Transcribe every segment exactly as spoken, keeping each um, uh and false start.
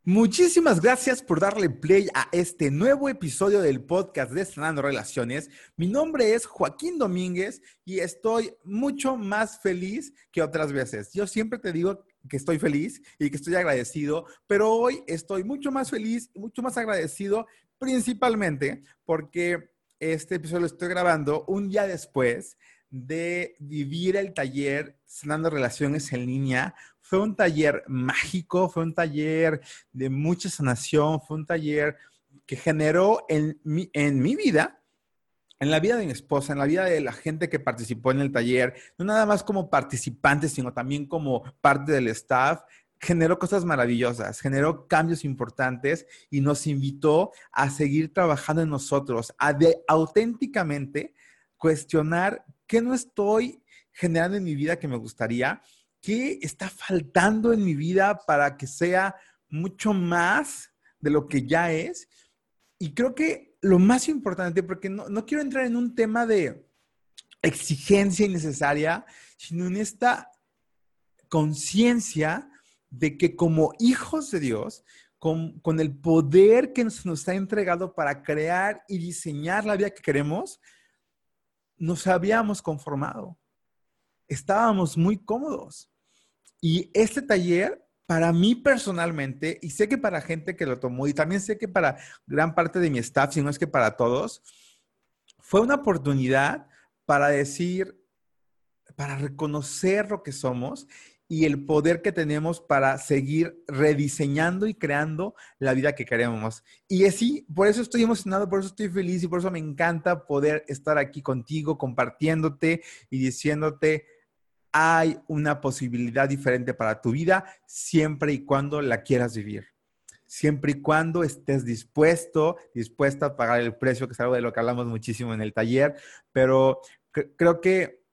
Muchísimas gracias por darle play a este nuevo episodio del podcast de Sanando Relaciones. Mi nombre es Joaquín Domínguez y estoy mucho más feliz que otras veces. Yo siempre te digo que estoy feliz y que estoy agradecido, pero hoy estoy mucho más feliz y mucho más agradecido, principalmente porque este episodio lo estoy grabando un día después de vivir el taller Sanando Relaciones en línea. Fue un taller mágico, fue un taller de mucha sanación, fue un taller que generó en mi, en mi vida, en la vida de mi esposa, en la vida de la gente que participó en el taller, no nada más como participantes, sino también como parte del staff, generó cosas maravillosas, generó cambios importantes y nos invitó a seguir trabajando en nosotros, a de auténticamente cuestionar qué no estoy generando en mi vida que me gustaría, qué está faltando en mi vida para que sea mucho más de lo que ya es. Y creo que lo más importante, porque no, no quiero entrar en un tema de exigencia innecesaria, sino en esta conciencia de que como hijos de Dios, con, con el poder que nos, nos ha entregado para crear y diseñar la vida que queremos, nos habíamos conformado. Estábamos muy cómodos. Y este taller, para mí personalmente, y sé que para gente que lo tomó, y también sé que para gran parte de mi staff, si no es que para todos, fue una oportunidad para decir, para reconocer lo que somos y el poder que tenemos para seguir rediseñando y creando la vida que queremos. Y así, por eso estoy emocionado, por eso estoy feliz y por eso me encanta poder estar aquí contigo, compartiéndote y diciéndote, hay una posibilidad diferente para tu vida siempre y cuando la quieras vivir. Siempre y cuando estés dispuesto, dispuesta a pagar el precio, que es algo de lo que hablamos muchísimo en el taller, pero cre- creo que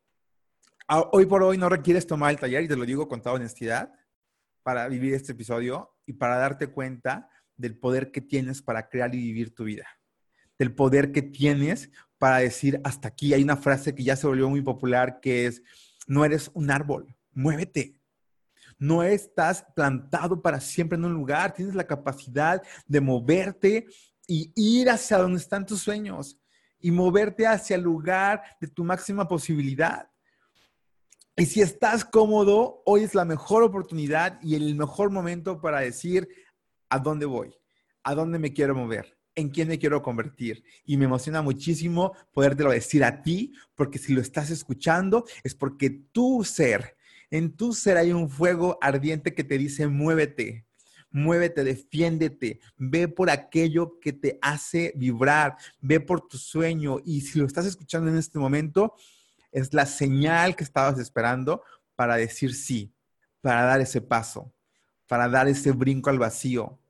hoy por hoy no requieres tomar el taller, y te lo digo con toda honestidad, para vivir este episodio y para darte cuenta del poder que tienes para crear y vivir tu vida. Del poder que tienes para decir hasta aquí. Hay una frase que ya se volvió muy popular que es, no eres un árbol, muévete. No estás plantado para siempre en un lugar, tienes la capacidad de moverte y ir hacia donde están tus sueños y moverte hacia el lugar de tu máxima posibilidad. Y si estás cómodo, hoy es la mejor oportunidad y el mejor momento para decir a dónde voy, a dónde me quiero mover, en quién me quiero convertir. Y me emociona muchísimo podértelo decir a ti, porque si lo estás escuchando es porque tu ser, en tu ser hay un fuego ardiente que te dice muévete. Muévete, defiéndete, ve por aquello que te hace vibrar, ve por tu sueño. Y si lo estás escuchando en este momento, es la señal que estabas esperando para decir sí, para dar ese paso, para dar ese brinco al vacío.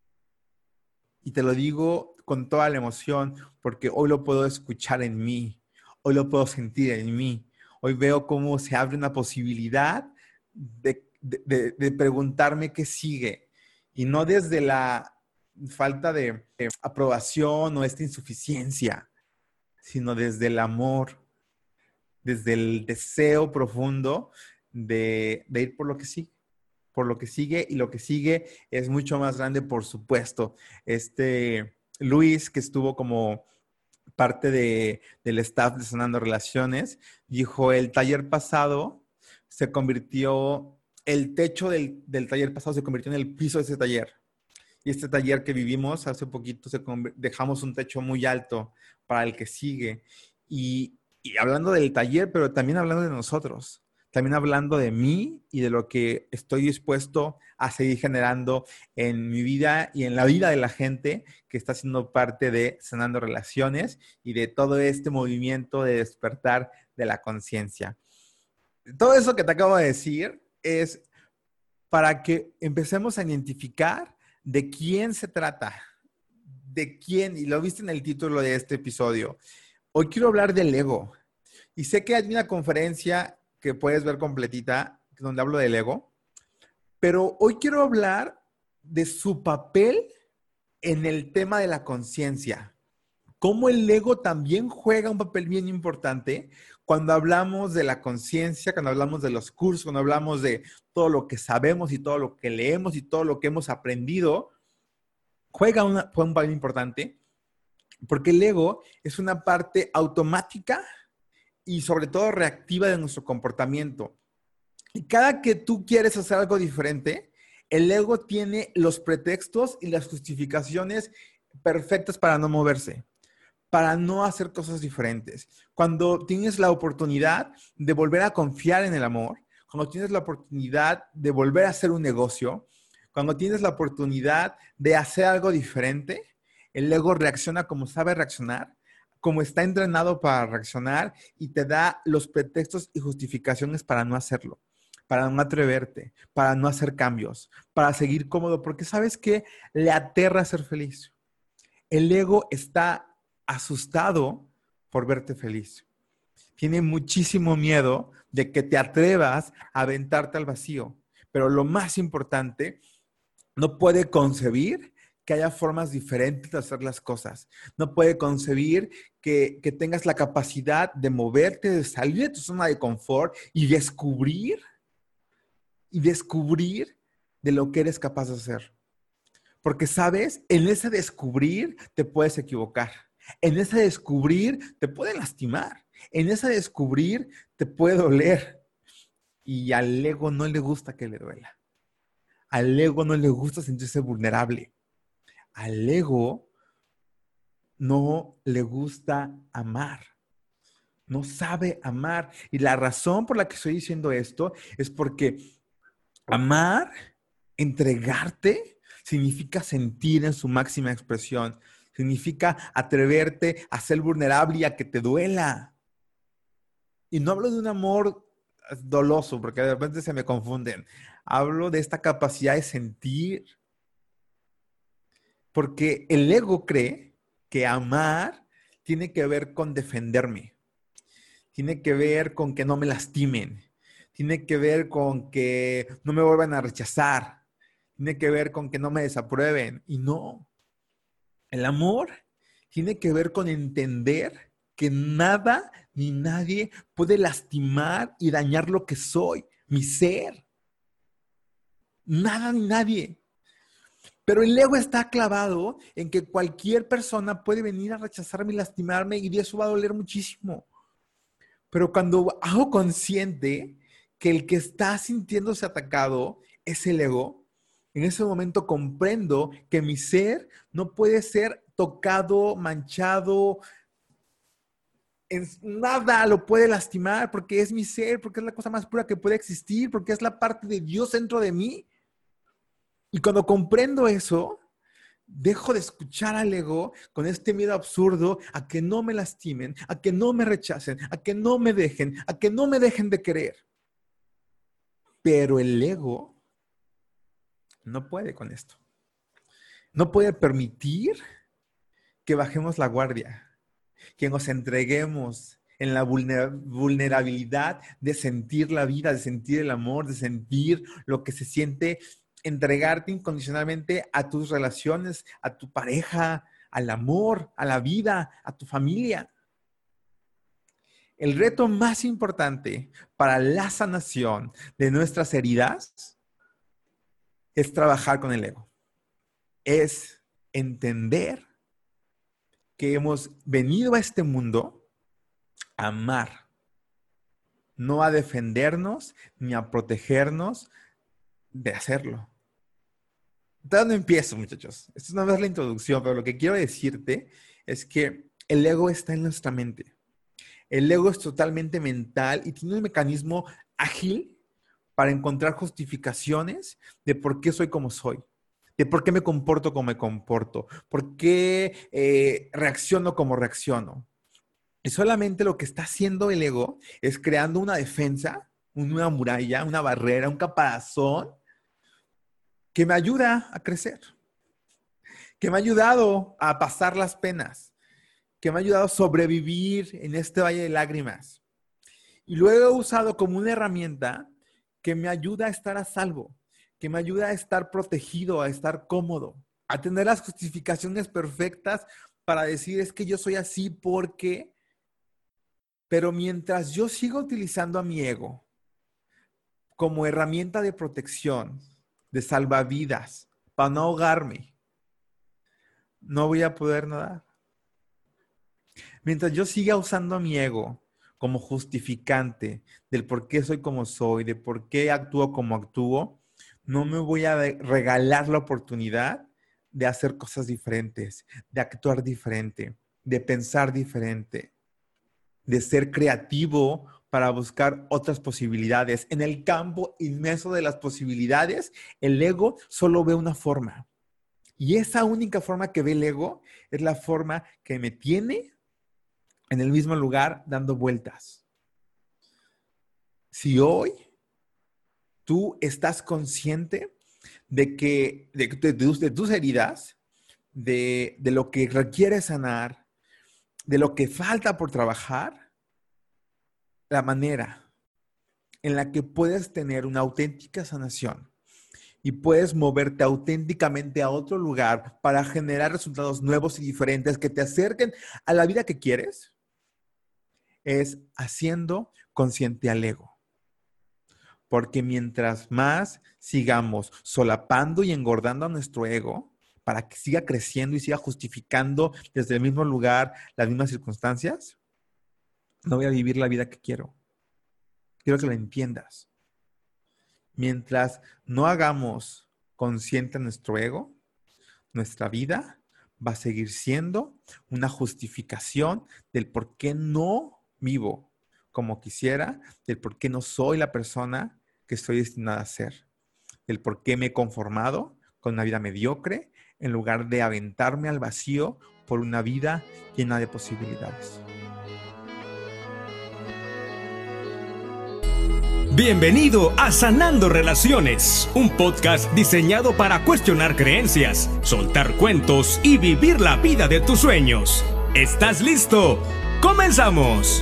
Y te lo digo con toda la emoción porque hoy lo puedo escuchar en mí, hoy lo puedo sentir en mí. Hoy veo cómo se abre una posibilidad de, de, de, de preguntarme qué sigue. Y no desde la falta de, de aprobación o esta insuficiencia, sino desde el amor, desde el deseo profundo de, de ir por lo que sigue, por lo que sigue, y lo que sigue es mucho más grande, por supuesto. Este Luis, que estuvo como parte de, del staff de Sanando Relaciones, dijo, el taller pasado se convirtió, el techo del, del taller pasado se convirtió en el piso de ese taller. Y este taller que vivimos hace poquito, se dejamos un techo muy alto para el que sigue. Y, y hablando del taller, pero también hablando de nosotros, también hablando de mí y de lo que estoy dispuesto a seguir generando en mi vida y en la vida de la gente que está siendo parte de Sanando Relaciones y de todo este movimiento de despertar de la conciencia. Todo eso que te acabo de decir es para que empecemos a identificar de quién se trata, de quién, y lo viste en el título de este episodio. Hoy quiero hablar del ego. Y sé que hay una conferencia que puedes ver completita donde hablo del ego, pero hoy quiero hablar de su papel en el tema de la conciencia. Cómo el ego también juega un papel bien importante, Cuando hablamos de la conciencia, cuando hablamos de los cursos, cuando hablamos de todo lo que sabemos y todo lo que leemos y todo lo que hemos aprendido, juega una, juega un papel importante porque el ego es una parte automática y sobre todo reactiva de nuestro comportamiento. Y cada que tú quieres hacer algo diferente, el ego tiene los pretextos y las justificaciones perfectas para no moverse, para no hacer cosas diferentes. Cuando tienes la oportunidad de volver a confiar en el amor, cuando tienes la oportunidad de volver a hacer un negocio, cuando tienes la oportunidad de hacer algo diferente, el ego reacciona como sabe reaccionar, como está entrenado para reaccionar y te da los pretextos y justificaciones para no hacerlo, para no atreverte, para no hacer cambios, para seguir cómodo, porque sabes que le aterra ser feliz. El ego está asustado por verte feliz. Tiene muchísimo miedo de que te atrevas a aventarte al vacío. Pero lo más importante, no puede concebir que haya formas diferentes de hacer las cosas. No puede concebir que, que tengas la capacidad de moverte, de salir de tu zona de confort y descubrir, y descubrir de lo que eres capaz de hacer. Porque, ¿sabes? En ese descubrir te puedes equivocar. En ese descubrir te puede lastimar. En ese descubrir te puede doler. Y al ego no le gusta que le duela. Al ego no le gusta sentirse vulnerable. Al ego no le gusta amar. No sabe amar. Y la razón por la que estoy diciendo esto es porque amar, entregarte, significa sentir en su máxima expresión. Significa atreverte a ser vulnerable y a que te duela. Y no hablo de un amor doloso, porque de repente se me confunden. Hablo de esta capacidad de sentir. Porque el ego cree que amar tiene que ver con defenderme. Tiene que ver con que no me lastimen. Tiene que ver con que no me vuelvan a rechazar. Tiene que ver con que no me desaprueben. Y no. El amor tiene que ver con entender que nada ni nadie puede lastimar y dañar lo que soy, mi ser. Nada ni nadie. Pero el ego está clavado en que cualquier persona puede venir a rechazarme y lastimarme y de eso va a doler muchísimo. Pero cuando hago consciente que el que está sintiéndose atacado es el ego, en ese momento comprendo que mi ser no puede ser tocado, manchado, en nada lo puede lastimar porque es mi ser, porque es la cosa más pura que puede existir, porque es la parte de Dios dentro de mí. Y cuando comprendo eso, dejo de escuchar al ego con este miedo absurdo a que no me lastimen, a que no me rechacen, a que no me dejen, a que no me dejen de querer. Pero el ego no puede con esto. No puede permitir que bajemos la guardia, que nos entreguemos en la vulnerabilidad de sentir la vida, de sentir el amor, de sentir lo que se siente entregarte incondicionalmente a tus relaciones, a tu pareja, al amor, a la vida, a tu familia. El reto más importante para la sanación de nuestras heridas es trabajar con el ego. Es entender que hemos venido a este mundo a amar, no a defendernos ni a protegernos de hacerlo. ¿De dónde empiezo, muchachos? Esto es una vez la introducción, pero lo que quiero decirte es que el ego está en nuestra mente. El ego es totalmente mental y tiene un mecanismo ágil para encontrar justificaciones de por qué soy como soy, de por qué me comporto como me comporto, por qué eh, reacciono como reacciono. Y solamente lo que está haciendo el ego es creando una defensa, una muralla, una barrera, un caparazón que me ayuda a crecer, que me ha ayudado a pasar las penas, que me ha ayudado a sobrevivir en este valle de lágrimas. Y lo he usado como una herramienta que me ayuda a estar a salvo, que me ayuda a estar protegido, a estar cómodo, a tener las justificaciones perfectas para decir es que yo soy así porque Pero mientras yo siga utilizando a mi ego como herramienta de protección, de salvavidas, para no ahogarme, no voy a poder nadar. Mientras yo siga usando a mi ego como justificante del por qué soy como soy, de por qué actúo como actúo, no me voy a regalar la oportunidad de hacer cosas diferentes, de actuar diferente, de pensar diferente, de ser creativo para buscar otras posibilidades. En el campo inmenso de las posibilidades, el ego solo ve una forma. Y esa única forma que ve el ego es la forma que me tiene en el mismo lugar dando vueltas. Si hoy tú estás consciente de que de, de, de, de tus heridas, de, de lo que requiere sanar, de lo que falta por trabajar, la manera en la que puedes tener una auténtica sanación y puedes moverte auténticamente a otro lugar para generar resultados nuevos y diferentes que te acerquen a la vida que quieres, es haciendo consciente al ego. Porque mientras más sigamos solapando y engordando a nuestro ego para que siga creciendo y siga justificando desde el mismo lugar las mismas circunstancias, no voy a vivir la vida que quiero. Quiero que lo entiendas. Mientras no hagamos consciente nuestro ego, nuestra vida va a seguir siendo una justificación del por qué no vivo como quisiera, del por qué no soy la persona que estoy destinada a ser, del por qué me he conformado con una vida mediocre en lugar de aventarme al vacío por una vida llena de posibilidades. Bienvenido a Sanando Relaciones, un podcast diseñado para cuestionar creencias, soltar cuentos y vivir la vida de tus sueños. ¿Estás listo? ¡Comenzamos!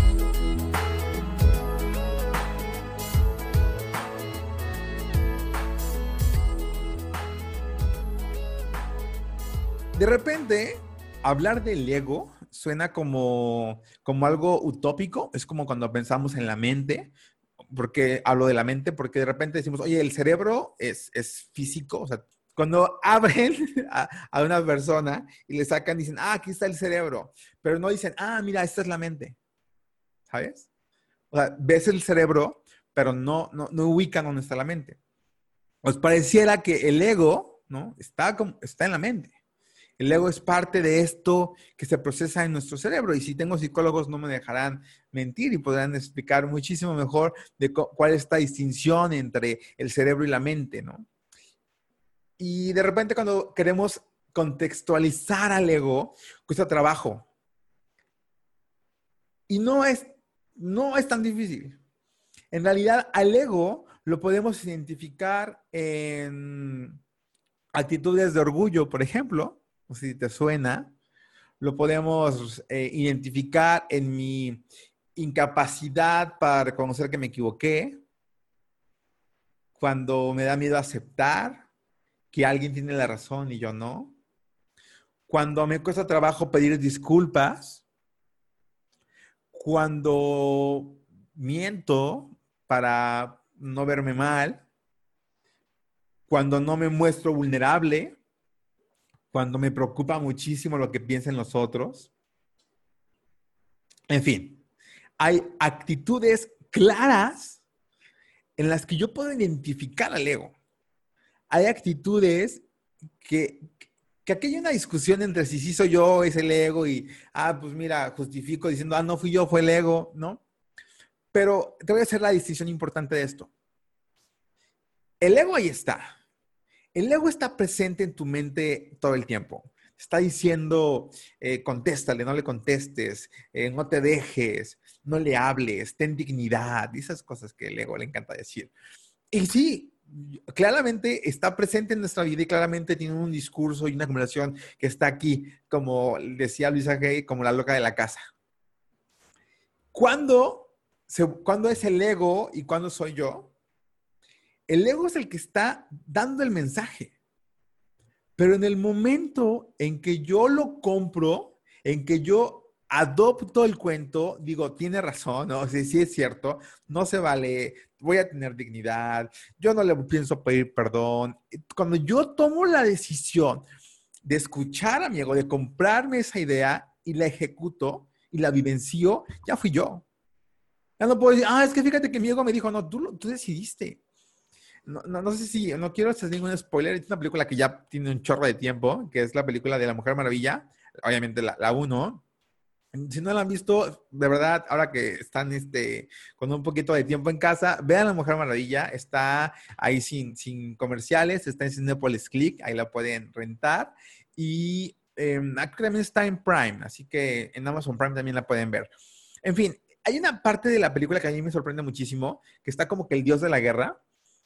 De repente, hablar del ego suena como, como algo utópico. Es como cuando pensamos en la mente. ¿Por qué hablo de la mente? Porque de repente decimos, oye, el cerebro es, es físico. O sea, cuando abren a, a una persona y le sacan, dicen, ah, aquí está el cerebro. Pero no dicen, ah, mira, esta es la mente. ¿Sabes? O sea, ves el cerebro, pero no, no, no ubican dónde está la mente. Pues pareciera que el ego, ¿no? Está, como, está en la mente. El ego es parte de esto que se procesa en nuestro cerebro. Y si tengo psicólogos no me dejarán mentir y podrán explicar muchísimo mejor de cuál es esta distinción entre el cerebro y la mente, ¿no? Y de repente cuando queremos contextualizar al ego, cuesta trabajo. Y no es, no es tan difícil. En realidad, al ego lo podemos identificar en actitudes de orgullo, por ejemplo. O si te suena, lo podemos eh, identificar en mi incapacidad para reconocer que me equivoqué, cuando me da miedo aceptar que alguien tiene la razón y yo no, cuando me cuesta trabajo pedir disculpas, cuando miento para no verme mal, cuando no me muestro vulnerable, cuando me preocupa muchísimo lo que piensen los otros. En fin, hay actitudes claras en las que yo puedo identificar al ego. Hay actitudes que, que aquí hay una discusión entre si sí soy yo, es el ego, y, ah, pues mira, justifico diciendo, ah, no fui yo, fue el ego, ¿no? Pero te voy a hacer la distinción importante de esto. El ego ahí está. El ego está presente en tu mente todo el tiempo. Está diciendo, eh, contéstale, no le contestes, eh, no te dejes, no le hables, ten dignidad, esas cosas que el ego le encanta decir. Y sí, claramente está presente en nuestra vida y claramente tiene un discurso y una conversación que está aquí, como decía Luisa Hay, como la loca de la casa. ¿Cuándo, se, ¿cuándo es el ego y cuándo soy yo? El ego es el que está dando el mensaje. Pero en el momento en que yo lo compro, en que yo adopto el cuento, digo, tiene razón, ¿no? Sí, sí es cierto, no se vale, voy a tener dignidad, yo no le pienso pedir perdón. Cuando yo tomo la decisión de escuchar a mi ego, de comprarme esa idea y la ejecuto y la vivencio, ya fui yo. Ya no puedo decir, ah, es que fíjate que mi ego me dijo, no, tú, tú decidiste. No, no, no sé si, no quiero hacer ningún spoiler, es una película que ya tiene un chorro de tiempo, que es la película de la Mujer Maravilla, obviamente la, la uno. Si no la han visto, de verdad, ahora que están este, con un poquito de tiempo en casa, vean La Mujer Maravilla. Está ahí sin, sin comerciales, está en Cinépolis Click, ahí la pueden rentar. Y eh, también está en Prime, así que en Amazon Prime también la pueden ver. En fin, hay una parte de la película que a mí me sorprende muchísimo, que está como que el dios de la guerra,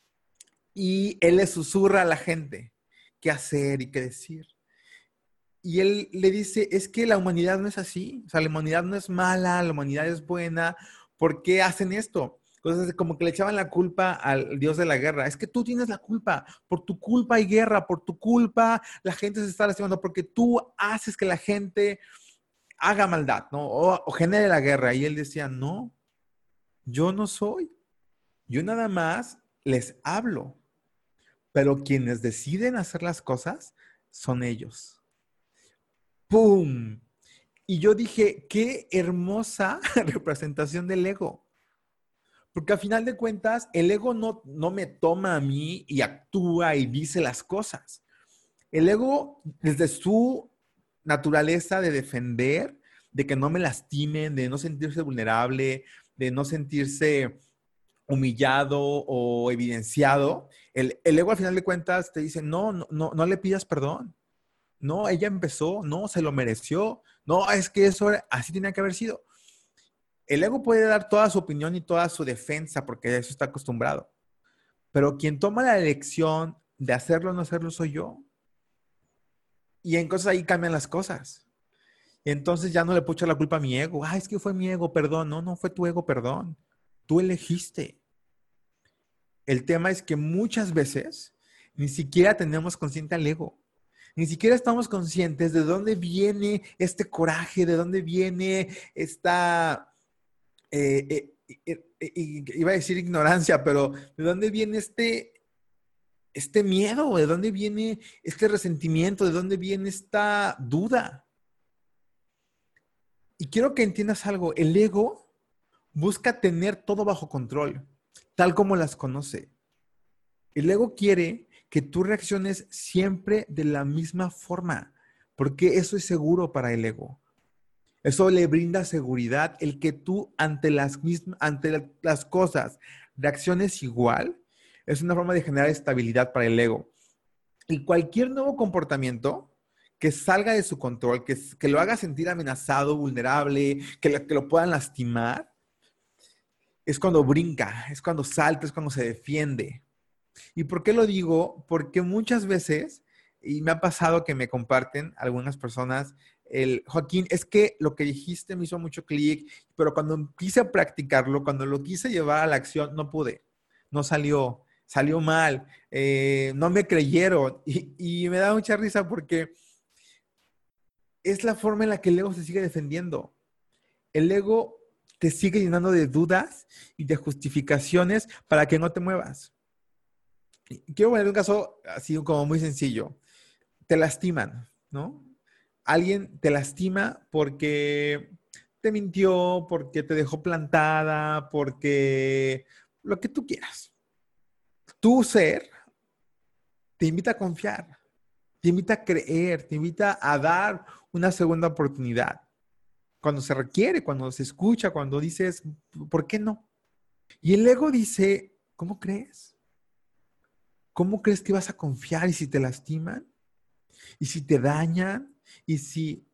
y él le susurra a la gente qué hacer y qué decir. Y él le dice, es que la humanidad no es así, o sea, la humanidad no es mala, la humanidad es buena, ¿por qué hacen esto? Entonces, como que le echaban la culpa al dios de la guerra, es que tú tienes la culpa, por tu culpa hay guerra, por tu culpa la gente se está lastimando, porque tú haces que la gente haga maldad, ¿no? O, o genere la guerra. Y él decía, no, yo no soy, yo nada más les hablo, pero quienes deciden hacer las cosas son ellos. ¡Pum! Y yo dije, qué hermosa representación del ego. Porque a final de cuentas, el ego no, no me toma a mí y actúa y dice las cosas. El ego, desde su naturaleza de defender, de que no me lastimen, de no sentirse vulnerable, de no sentirse humillado o evidenciado, el, el ego al final de cuentas te dice, no, no, no, no le pidas perdón. No, ella empezó, no, se lo mereció. No, es que eso era, así tenía que haber sido. El ego puede dar toda su opinión y toda su defensa porque a eso está acostumbrado. Pero quien toma la elección de hacerlo o no hacerlo soy yo. Y entonces ahí cambian las cosas. Y entonces ya no le puedo echar la culpa a mi ego. Ah, es que fue mi ego, perdón. No, no fue tu ego, perdón. Tú elegiste. El tema es que muchas veces ni siquiera tenemos consciente al ego. Ni siquiera estamos conscientes de dónde viene este coraje, de dónde viene esta, eh, eh, eh, eh, iba a decir ignorancia, pero de dónde viene este, este miedo, de dónde viene este resentimiento, de dónde viene esta duda. Y quiero que entiendas algo, el ego busca tener todo bajo control, tal como las conoce. El ego quiere que tú reacciones siempre de la misma forma, porque eso es seguro para el ego. Eso le brinda seguridad, el que tú ante las, mismas, ante las cosas reacciones igual, es una forma de generar estabilidad para el ego. Y cualquier nuevo comportamiento que salga de su control, que, que lo haga sentir amenazado, vulnerable, que lo, que lo puedan lastimar, es cuando brinca, es cuando salta, es cuando se defiende. ¿Y por qué lo digo? Porque muchas veces, y me ha pasado que me comparten algunas personas, el Joaquín, es que lo que dijiste me hizo mucho clic, pero cuando quise practicarlo, cuando lo quise llevar a la acción, no pude, no salió, salió mal, eh, no me creyeron y, y me da mucha risa porque es la forma en la que el ego se sigue defendiendo. El ego te sigue llenando de dudas y de justificaciones para que no te muevas. Quiero poner un caso así como muy sencillo. Te lastiman, ¿no? Alguien te lastima porque te mintió, porque te dejó plantada, porque lo que tú quieras. Tu ser te invita a confiar, te invita a creer, te invita a dar una segunda oportunidad. Cuando se requiere, cuando se escucha, cuando dices, ¿por qué no? Y el ego dice, ¿cómo crees? ¿Cómo crees que vas a confiar? ¿Y si te lastiman? ¿Y si te dañan? ¿Y si...?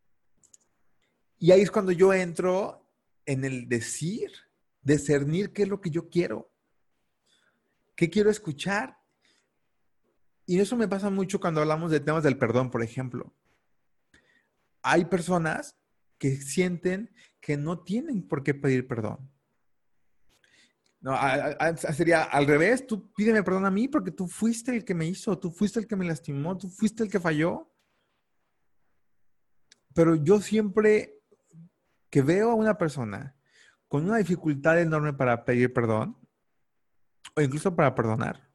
Y ahí es cuando yo entro en el decir, discernir qué es lo que yo quiero. ¿Qué quiero escuchar? Y eso me pasa mucho cuando hablamos de temas del perdón, por ejemplo. Hay personas que sienten que no tienen por qué pedir perdón. No, a, a, sería al revés, tú pídeme perdón a mí porque tú fuiste el que me hizo, tú fuiste el que me lastimó, tú fuiste el que falló. Pero yo siempre que veo a una persona con una dificultad enorme para pedir perdón o incluso para perdonar.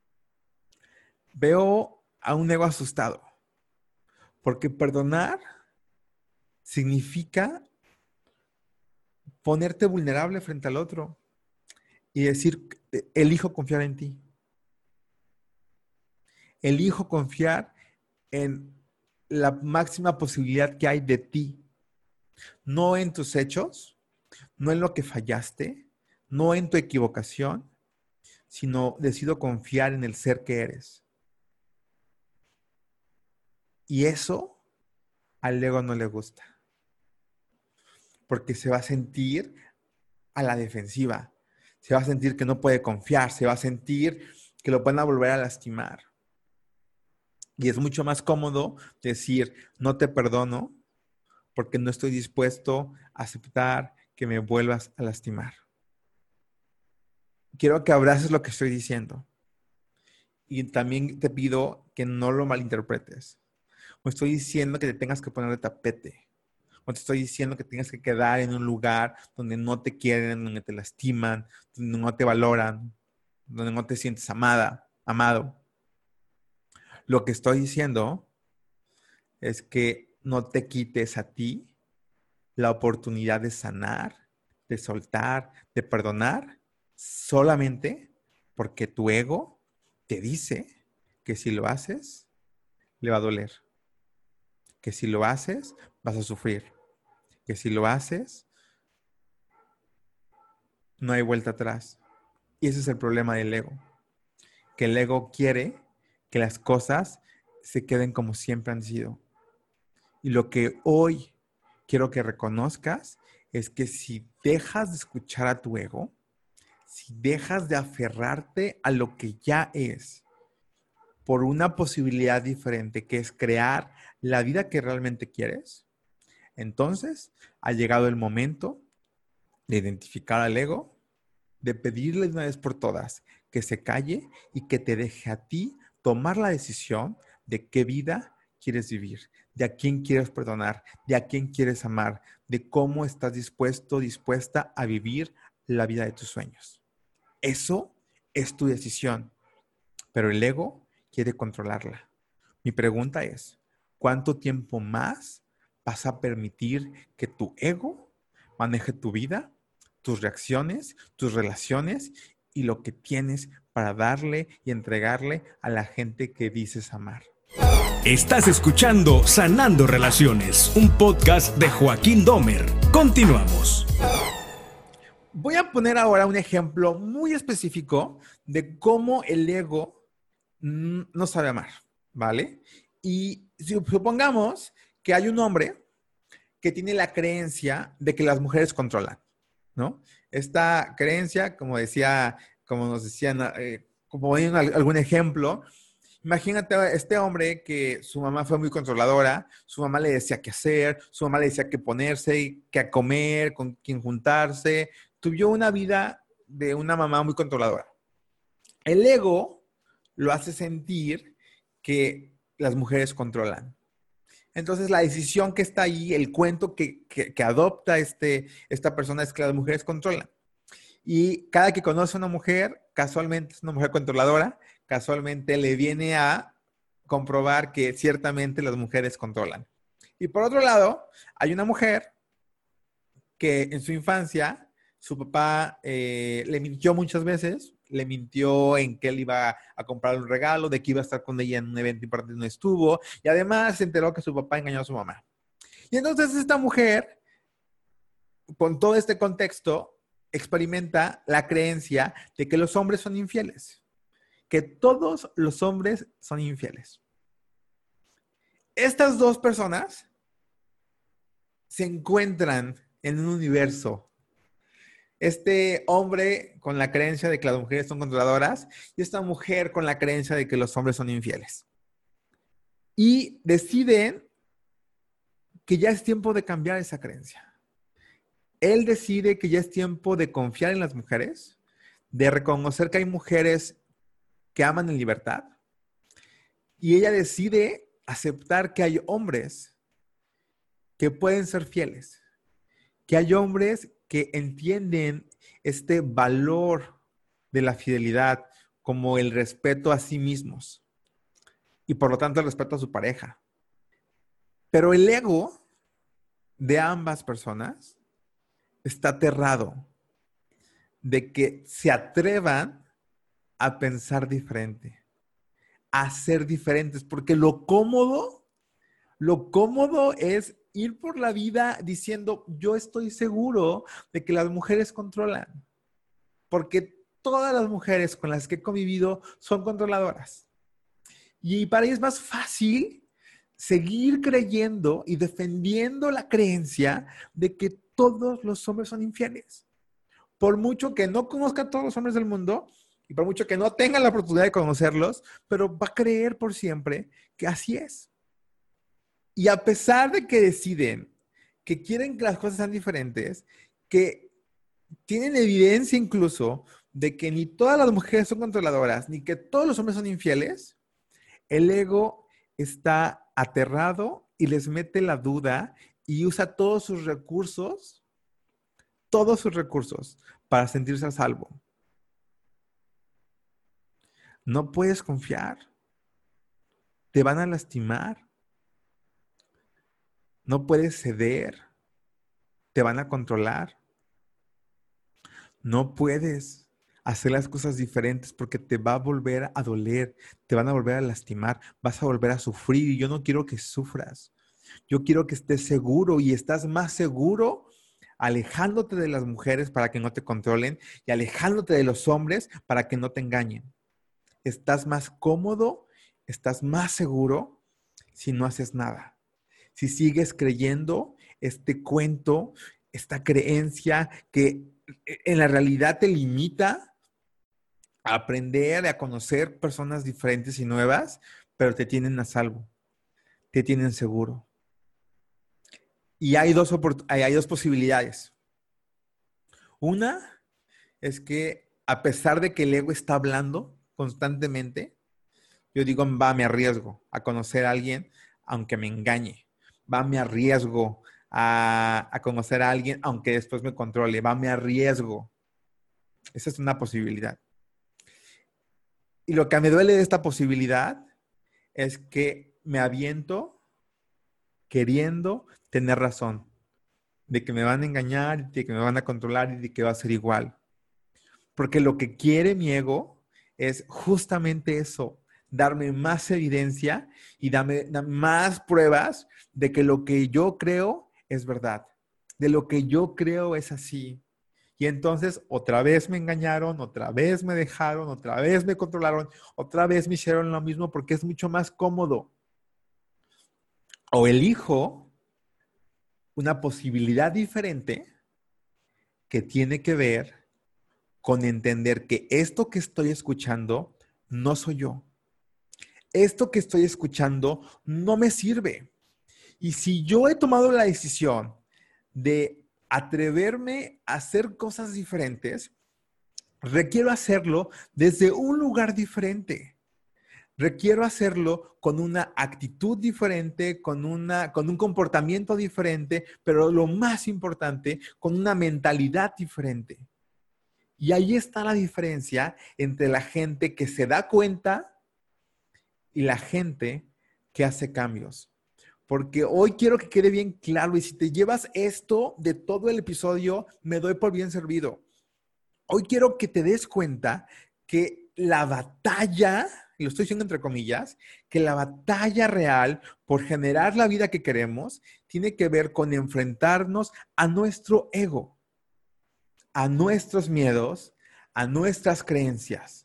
Veo a un ego asustado, porque perdonar significa ponerte vulnerable frente al otro y decir, elijo confiar en ti. Elijo confiar en la máxima posibilidad que hay de ti. No en tus hechos, no en lo que fallaste, no en tu equivocación, sino decido confiar en el ser que eres. Y eso al ego no le gusta, porque se va a sentir a la defensiva, se va a sentir que no puede confiar, se va a sentir que lo van a volver a lastimar. Y es mucho más cómodo decir, no te perdono, porque no estoy dispuesto a aceptar que me vuelvas a lastimar. Quiero que abraces lo que estoy diciendo. Y también te pido que no lo malinterpretes. No estoy diciendo que te tengas que poner de tapete. No te estoy diciendo que tengas que quedar en un lugar donde no te quieren, donde te lastiman, donde no te valoran, donde no te sientes amada, amado. Lo que estoy diciendo es que no te quites a ti la oportunidad de sanar, de soltar, de perdonar, solamente porque tu ego te dice que si lo haces, le va a doler. Que si lo haces, vas a sufrir. Que si lo haces, no hay vuelta atrás. Y ese es el problema del ego. Que el ego quiere que las cosas se queden como siempre han sido. Y lo que hoy quiero que reconozcas es que si dejas de escuchar a tu ego, si dejas de aferrarte a lo que ya es, por una posibilidad diferente, que es crear la vida que realmente quieres, entonces ha llegado el momento de identificar al ego, de pedirle de una vez por todas que se calle y que te deje a ti tomar la decisión de qué vida quieres vivir, de a quién quieres perdonar, de a quién quieres amar, de cómo estás dispuesto, dispuesta a vivir la vida de tus sueños. Eso es tu decisión, pero el ego quiere controlarla. Mi pregunta es, ¿cuánto tiempo más vas a permitir que tu ego maneje tu vida, tus reacciones, tus relaciones y lo que tienes para darle y entregarle a la gente que dices amar? Estás escuchando Sanando Relaciones, un podcast de Joaquín Domer. Continuamos. Voy a poner ahora un ejemplo muy específico de cómo el ego no sabe amar, ¿vale? Y supongamos que hay un hombre que tiene la creencia de que las mujeres controlan, ¿no? Esta creencia, como decía, como nos decían, eh, como en algún ejemplo, imagínate a este hombre que su mamá fue muy controladora, su mamá le decía qué hacer, su mamá le decía qué ponerse, qué comer, con quién juntarse. Tuvo una vida de una mamá muy controladora. El ego lo hace sentir que las mujeres controlan. Entonces, la decisión que está ahí, el cuento que, que, que adopta este, esta persona es que las mujeres controlan. Y cada que conoce a una mujer, casualmente es una mujer controladora, casualmente le viene a comprobar que ciertamente las mujeres controlan. Y por otro lado, hay una mujer que en su infancia, su papá eh, le mintió muchas veces, le mintió en que él iba a comprar un regalo, de que iba a estar con ella en un evento importante y no estuvo, y además se enteró que su papá engañó a su mamá. Y entonces esta mujer, con todo este contexto, experimenta la creencia de que los hombres son infieles, que todos los hombres son infieles. Estas dos personas se encuentran en un universo. Este hombre con la creencia de que las mujeres son controladoras y esta mujer con la creencia de que los hombres son infieles. Y deciden que ya es tiempo de cambiar esa creencia. Él decide que ya es tiempo de confiar en las mujeres, de reconocer que hay mujeres que aman en libertad, y ella decide aceptar que hay hombres que pueden ser fieles, que hay hombres que entienden este valor de la fidelidad como el respeto a sí mismos y por lo tanto el respeto a su pareja. Pero el ego de ambas personas está aterrado de que se atrevan a pensar diferente, a ser diferentes, porque lo cómodo, lo cómodo es ir por la vida diciendo, yo estoy seguro de que las mujeres controlan, porque todas las mujeres con las que he convivido son controladoras. Y para ellos es más fácil seguir creyendo y defendiendo la creencia de que todos los hombres son infieles. Por mucho que no conozca a todos los hombres del mundo y por mucho que no tenga la oportunidad de conocerlos, pero va a creer por siempre que así es. Y a pesar de que deciden que quieren que las cosas sean diferentes, que tienen evidencia incluso de que ni todas las mujeres son controladoras, ni que todos los hombres son infieles, el ego está aterrado y les mete la duda y usa todos sus recursos, todos sus recursos para sentirse a salvo. No puedes confiar. Te van a lastimar. No puedes ceder. Te van a controlar. No puedes hacer las cosas diferentes porque te va a volver a doler, te van a volver a lastimar, vas a volver a sufrir y yo no quiero que sufras. Yo quiero que estés seguro y estás más seguro alejándote de las mujeres para que no te controlen y alejándote de los hombres para que no te engañen. Estás más cómodo, estás más seguro si no haces nada. Si sigues creyendo este cuento, esta creencia que en la realidad te limita a aprender, a conocer personas diferentes y nuevas, pero te tienen a salvo, te tienen seguro. Y hay dos, hay dos posibilidades. Una es que a pesar de que el ego está hablando constantemente, yo digo, va, me arriesgo a conocer a alguien aunque me engañe. Va, me arriesgo a, a conocer a alguien aunque después me controle. Va, me arriesgo. Esa es una posibilidad. Y lo que me duele de esta posibilidad es que me aviento queriendo tener razón, de que me van a engañar, de que me van a controlar y de que va a ser igual. Porque lo que quiere mi ego es justamente eso, darme más evidencia y darme, darme más pruebas de que lo que yo creo es verdad, de lo que yo creo es así. Y entonces otra vez me engañaron, otra vez me dejaron, otra vez me controlaron, otra vez me hicieron lo mismo porque es mucho más cómodo. O elijo una posibilidad diferente que tiene que ver con entender que esto que estoy escuchando no soy yo. Esto que estoy escuchando no me sirve. Y si yo he tomado la decisión de atreverme a hacer cosas diferentes, requiero hacerlo desde un lugar diferente. Requiero hacerlo con una actitud diferente, con, una, con un comportamiento diferente, pero lo más importante, con una mentalidad diferente. Y ahí está la diferencia entre la gente que se da cuenta y la gente que hace cambios. Porque hoy quiero que quede bien claro, y si te llevas esto de todo el episodio, me doy por bien servido. Hoy quiero que te des cuenta que la batalla, y lo estoy diciendo entre comillas, que la batalla real por generar la vida que queremos tiene que ver con enfrentarnos a nuestro ego, a nuestros miedos, a nuestras creencias.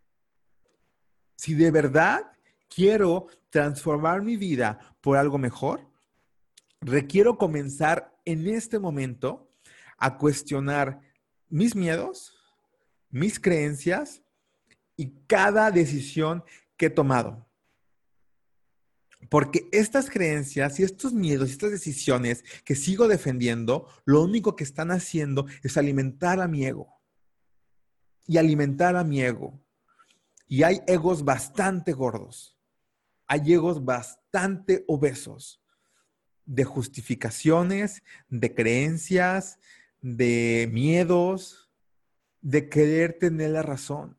Si de verdad quiero transformar mi vida por algo mejor, requiero comenzar en este momento a cuestionar mis miedos, mis creencias y cada decisión que he tomado. Porque estas creencias y estos miedos y estas decisiones que sigo defendiendo, lo único que están haciendo es alimentar a mi ego. Y alimentar a mi ego. Y hay egos bastante gordos. Hay egos bastante obesos. de justificaciones, de creencias, de miedos, de querer tener la razón.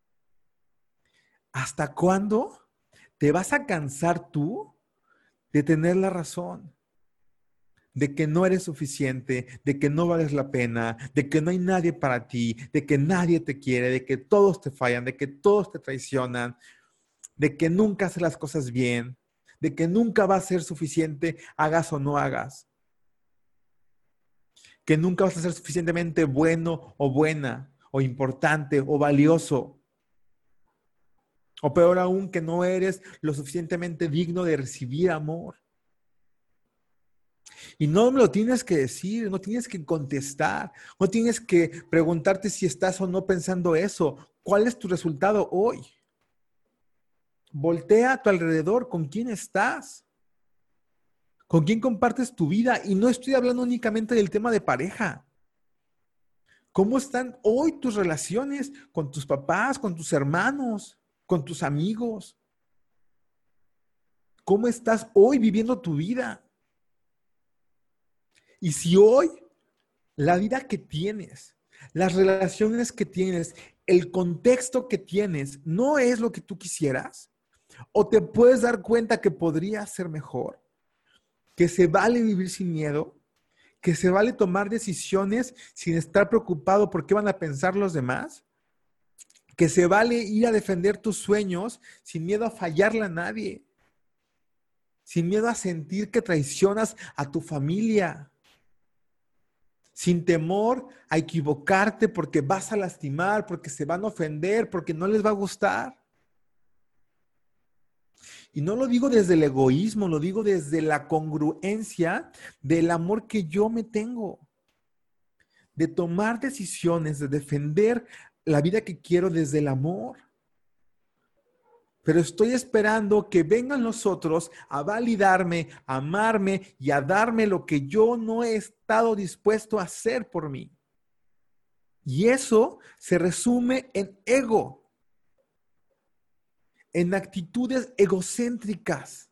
¿Hasta cuándo te vas a cansar tú de tener la razón? De que no eres suficiente, de que no vales la pena, de que no hay nadie para ti, de que nadie te quiere, de que todos te fallan, de que todos te traicionan, de que nunca haces las cosas bien, de que nunca va a ser suficiente, hagas o no hagas. Que nunca vas a ser suficientemente bueno o buena, o importante o valioso. O peor aún, que no eres lo suficientemente digno de recibir amor. Y no me lo tienes que decir, no tienes que contestar, no tienes que preguntarte si estás o no pensando eso. ¿Cuál es tu resultado hoy? Voltea a tu alrededor, ¿con quién estás? ¿Con quién compartes tu vida? Y no estoy hablando únicamente del tema de pareja. ¿Cómo están hoy tus relaciones con tus papás, con tus hermanos, con tus amigos? ¿Cómo estás hoy viviendo tu vida? Y si hoy la vida que tienes, las relaciones que tienes, el contexto que tienes no es lo que tú quisieras, o te puedes dar cuenta que podría ser mejor, que se vale vivir sin miedo, que se vale tomar decisiones sin estar preocupado por qué van a pensar los demás, que se vale ir a defender tus sueños sin miedo a fallarle a nadie, sin miedo a sentir que traicionas a tu familia, sin temor a equivocarte porque vas a lastimar, porque se van a ofender, porque no les va a gustar. Y no lo digo desde el egoísmo, lo digo desde la congruencia del amor que yo me tengo. De tomar decisiones, de defender la vida que quiero desde el amor. Pero estoy esperando que vengan los otros a validarme, a amarme y a darme lo que yo no he estado dispuesto a hacer por mí. Y eso se resume en ego, en actitudes egocéntricas.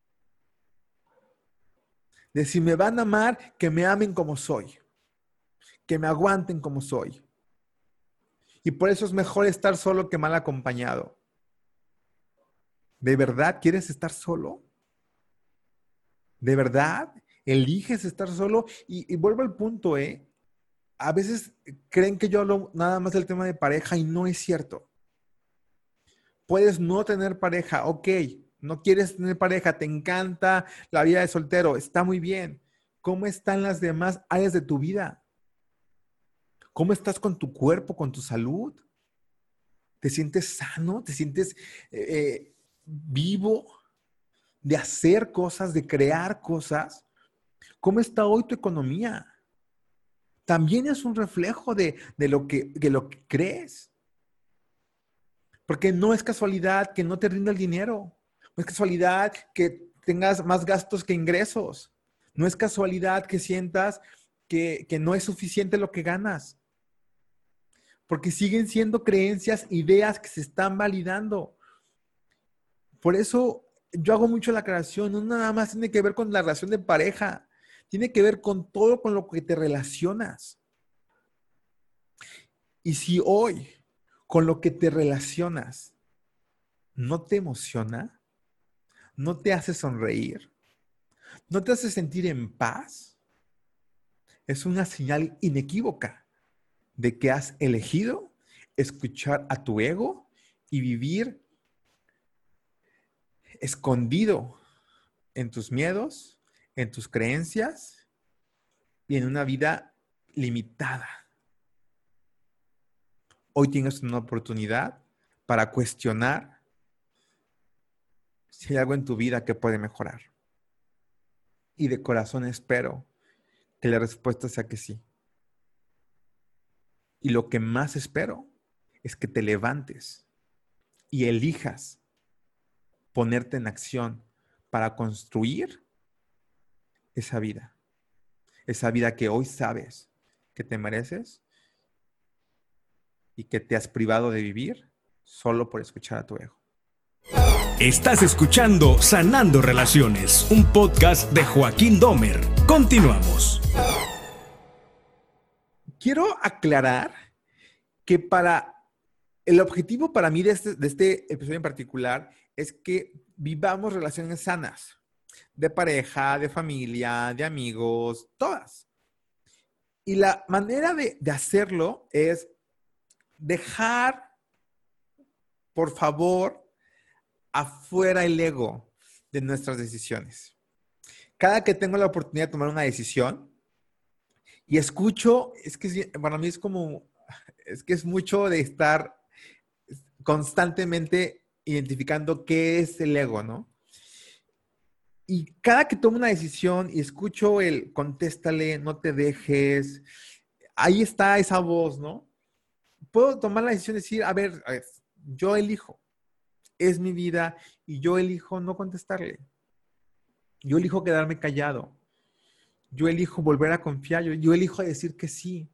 De si me van a amar, que me amen como soy, que me aguanten como soy. Y por eso es mejor estar solo que mal acompañado. ¿De verdad quieres estar solo? ¿De verdad eliges estar solo? Y, y vuelvo al punto, ¿eh? A veces creen que yo hablo nada más del tema de pareja y no es cierto. Puedes no tener pareja, ok. No quieres tener pareja, te encanta la vida de soltero, está muy bien. ¿Cómo están las demás áreas de tu vida? ¿Cómo estás con tu cuerpo, con tu salud? ¿Te sientes sano? ¿Te sientes eh, vivo de hacer cosas, de crear cosas? ¿Cómo está hoy tu economía? También es un reflejo de, de, lo que, de lo que crees. Porque no es casualidad que no te rinda el dinero. No es casualidad que tengas más gastos que ingresos. No es casualidad que sientas que, que no es suficiente lo que ganas. Porque siguen siendo creencias, ideas que se están validando. Por eso yo hago mucho la aclaración, no nada más tiene que ver con la relación de pareja, tiene que ver con todo con lo que te relacionas. Y si hoy con lo que te relacionas no te emociona, no te hace sonreír, no te hace sentir en paz, es una señal inequívoca de que has elegido escuchar a tu ego y vivir escondido en tus miedos, en tus creencias y en una vida limitada. Hoy tienes una oportunidad para cuestionar si hay algo en tu vida que puede mejorar. Y de corazón espero que la respuesta sea que sí. Y lo que más espero es que te levantes y elijas ponerte en acción para construir esa vida. Esa vida que hoy sabes que te mereces y que te has privado de vivir solo por escuchar a tu ego. Estás escuchando Sanando Relaciones, un podcast de Joaquín Domer. Continuamos. Quiero aclarar que para el objetivo para mí de este, de este episodio en particular es que vivamos relaciones sanas, de pareja, de familia, de amigos, todas. Y la manera de, de hacerlo es dejar, por favor, afuera el ego de nuestras decisiones. Cada que tengo la oportunidad de tomar una decisión y escucho, es que para mí es como, es que es mucho de estar constantemente identificando qué es el ego, ¿no? Y cada que tomo una decisión y escucho el contéstale, no te dejes, ahí está esa voz, ¿no? Puedo tomar la decisión de decir, a ver, a ver, yo elijo, es mi vida y yo elijo no contestarle. Yo elijo quedarme callado. Yo elijo volver a confiar, yo, yo elijo decir que sí.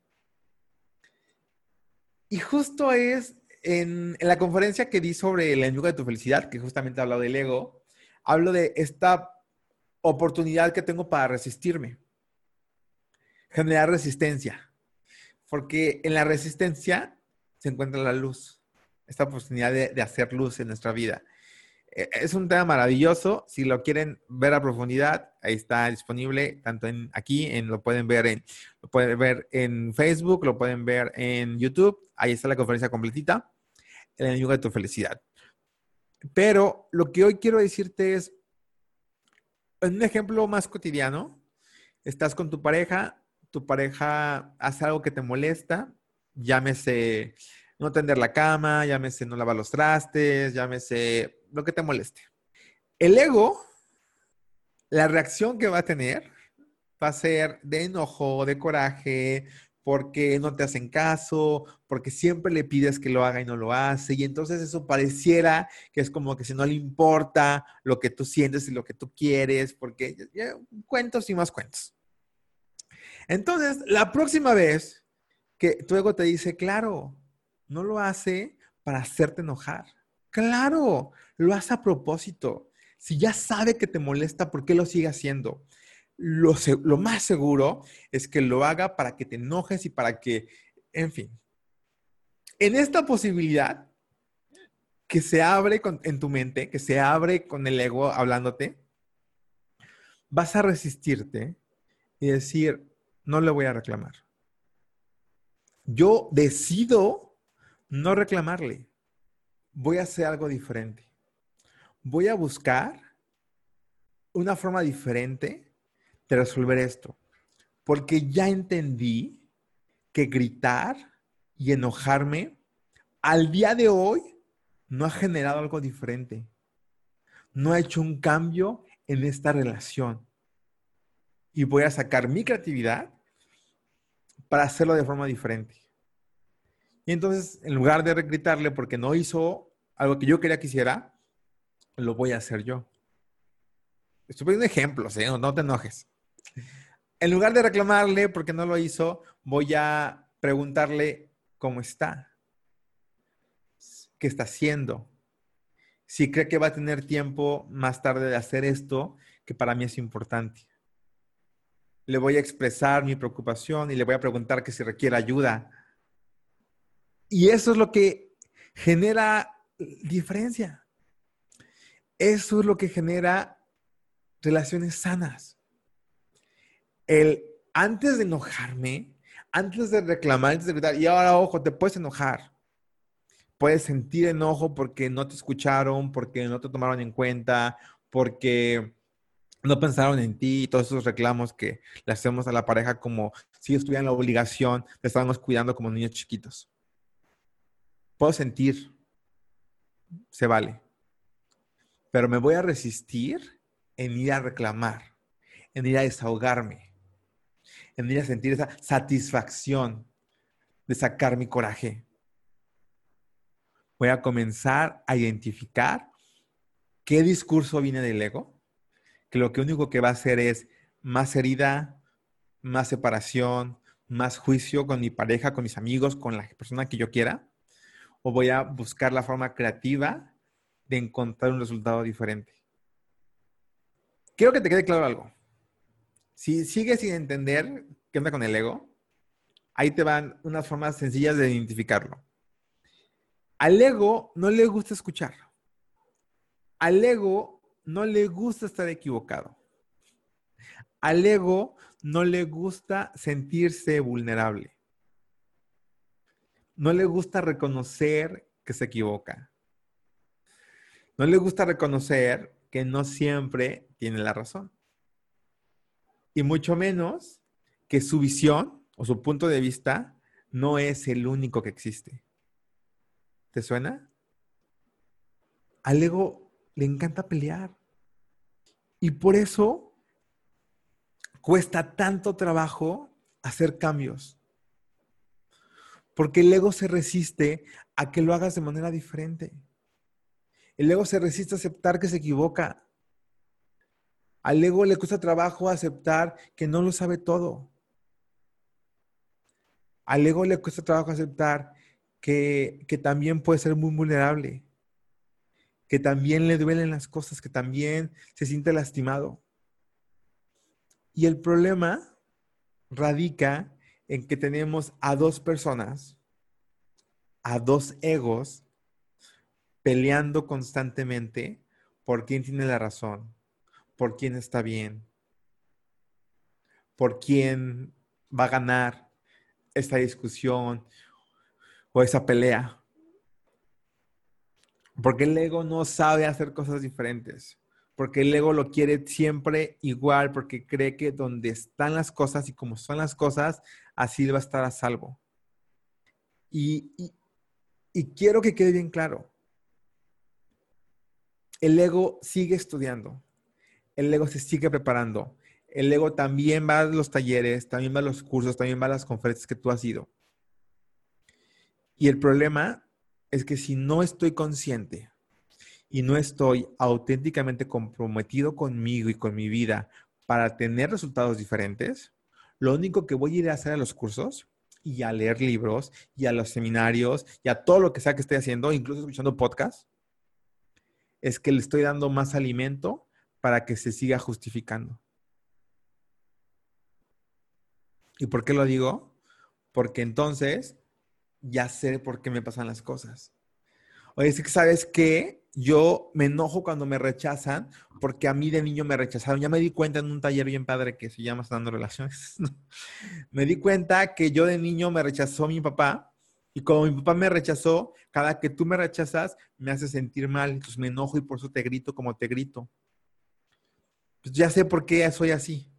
Y justo es en, en la conferencia que di sobre la yuga de tu felicidad, que justamente he hablado del ego, hablo de esta oportunidad que tengo para resistirme, generar resistencia, porque en la resistencia se encuentra la luz, esta oportunidad de, de hacer luz en nuestra vida. Es un tema maravilloso. Si lo quieren ver a profundidad, ahí está disponible, tanto en aquí, en, lo pueden ver en, lo pueden ver en Facebook, lo pueden ver en YouTube. Ahí está la conferencia completita, en el yuga de tu felicidad. Pero lo que hoy quiero decirte es, en un ejemplo más cotidiano, estás con tu pareja, tu pareja hace algo que te molesta, llámese no tender la cama, llámese no lavar los trastes, llámese lo que te moleste. El ego, la reacción que va a tener va a ser de enojo, de coraje, porque no te hacen caso, porque siempre le pides que lo haga y no lo hace, y entonces eso pareciera que es como que si no le importa lo que tú sientes y lo que tú quieres, porque ya, ya, cuentos y más cuentos. Entonces, la próxima vez que tu ego te dice, claro, no lo hace para hacerte enojar. Claro, lo hace a propósito. Si ya sabe que te molesta, ¿por qué lo sigue haciendo? Lo, lo más seguro es que lo haga para que te enojes y para que, en fin. En esta posibilidad que se abre con, en tu mente, que se abre con el ego hablándote, vas a resistirte y decir, no le voy a reclamar. Yo decido no reclamarle. Voy a hacer algo diferente. Voy a buscar una forma diferente de resolver esto. Porque ya entendí que gritar y enojarme al día de hoy no ha generado algo diferente. No ha hecho un cambio en esta relación. Y voy a sacar mi creatividad para hacerlo de forma diferente. Y entonces, en lugar de gritarle porque no hizo algo que yo quería que hiciera, lo voy a hacer yo. Estoy poniendo ejemplos, ¿eh? No te enojes. En lugar de reclamarle porque no lo hizo, voy a preguntarle cómo está, qué está haciendo, si cree que va a tener tiempo más tarde de hacer esto, que para mí es importante. Le voy a expresar mi preocupación y le voy a preguntar que si requiere ayuda. Y eso es lo que genera diferencia. Eso es lo que genera relaciones sanas. El, antes de enojarme, antes de reclamar, antes de gritar, y ahora, ojo, te puedes enojar. Puedes sentir enojo porque no te escucharon, porque no te tomaron en cuenta, porque no pensaron en ti, y todos esos reclamos que le hacemos a la pareja como si ellos tuvieran la obligación de estarnos cuidando como niños chiquitos. Puedo sentir, se vale. Pero me voy a resistir en ir a reclamar, en ir a desahogarme, en ir a sentir esa satisfacción de sacar mi coraje. Voy a comenzar a identificar qué discurso viene del ego, que lo que único que va a hacer es más herida, más separación, más juicio con mi pareja, con mis amigos, con la persona que yo quiera, o voy a buscar la forma creativa de encontrar un resultado diferente. Quiero que te quede claro algo. Si sigues sin entender qué onda con el ego, ahí te van unas formas sencillas de identificarlo. Al ego no le gusta escuchar. Al ego no le gusta estar equivocado. Al ego no le gusta sentirse vulnerable. No le gusta reconocer que se equivoca. No le gusta reconocer que no siempre tiene la razón. Y mucho menos que su visión o su punto de vista no es el único que existe. ¿Te suena? Al ego le encanta pelear. Y por eso cuesta tanto trabajo hacer cambios. Porque el ego se resiste a que lo hagas de manera diferente. El ego se resiste a aceptar que se equivoca. Al ego le cuesta trabajo aceptar que no lo sabe todo. Al ego le cuesta trabajo aceptar que, que también puede ser muy vulnerable, que también le duelen las cosas, que también se siente lastimado. Y el problema radica en que tenemos a dos personas, a dos egos, peleando constantemente por quién tiene la razón, por quién está bien, por quién va a ganar esta discusión o esa pelea. Porque el ego no sabe hacer cosas diferentes. Porque el ego lo quiere siempre igual, porque cree que donde están las cosas y como son las cosas, así va a estar a salvo. Y, y, y quiero que quede bien claro. El ego sigue estudiando. El ego se sigue preparando. El ego también va a los talleres, también va a los cursos, también va a las conferencias que tú has ido. Y el problema es que si no estoy consciente y no estoy auténticamente comprometido conmigo y con mi vida para tener resultados diferentes, lo único que voy a ir a hacer a los cursos y a leer libros y a los seminarios y a todo lo que sea que esté haciendo, incluso escuchando podcasts, es que le estoy dando más alimento para que se siga justificando. ¿Y por qué lo digo? Porque entonces ya sé por qué me pasan las cosas. Oye, es que ¿sabes qué? Yo me enojo cuando me rechazan porque a mí de niño me rechazaron. Ya me di cuenta en un taller bien padre que se llama Sanando Relaciones. Me di cuenta que yo de niño me rechazó mi papá y como mi papá me rechazó, cada que tú me rechazas me hace sentir mal. Entonces me enojo y por eso te grito como te grito. Pues ya sé por qué soy así.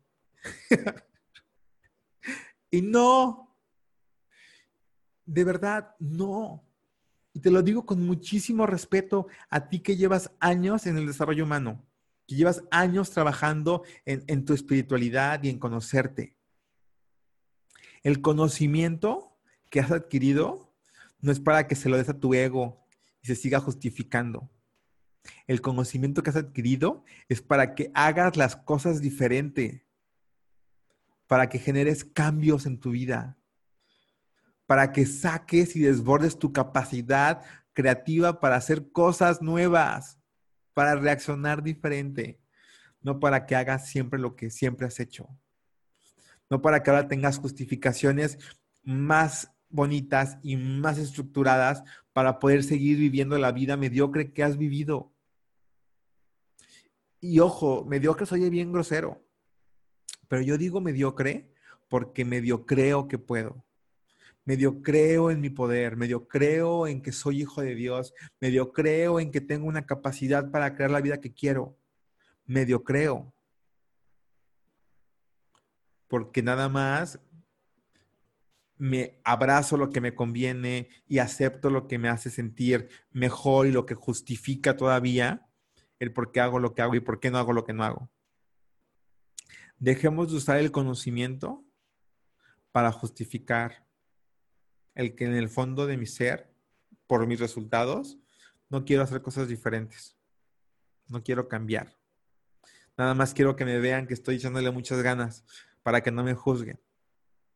Y no, de verdad, no. Y te lo digo con muchísimo respeto a ti que llevas años en el desarrollo humano, que llevas años trabajando en, en tu espiritualidad y en conocerte. El conocimiento que has adquirido no es para que se lo des a tu ego y se siga justificando. El conocimiento que has adquirido es para que hagas las cosas diferente, para que generes cambios en tu vida, para que saques y desbordes tu capacidad creativa para hacer cosas nuevas, para reaccionar diferente, no para que hagas siempre lo que siempre has hecho, no para que ahora tengas justificaciones más bonitas y más estructuradas para poder seguir viviendo la vida mediocre que has vivido. Y ojo, mediocre se oye bien grosero, pero yo digo mediocre porque medio creo que puedo. Medio creo en mi poder, medio creo en que soy hijo de Dios, medio creo en que tengo una capacidad para crear la vida que quiero. Medio creo. Porque nada más me abrazo lo que me conviene y acepto lo que me hace sentir mejor y lo que justifica todavía el por qué hago lo que hago y por qué no hago lo que no hago. Dejemos de usar el conocimiento para justificar el que en el fondo de mi ser, por mis resultados, no quiero hacer cosas diferentes. No quiero cambiar. Nada más quiero que me vean que estoy echándole muchas ganas para que no me juzguen.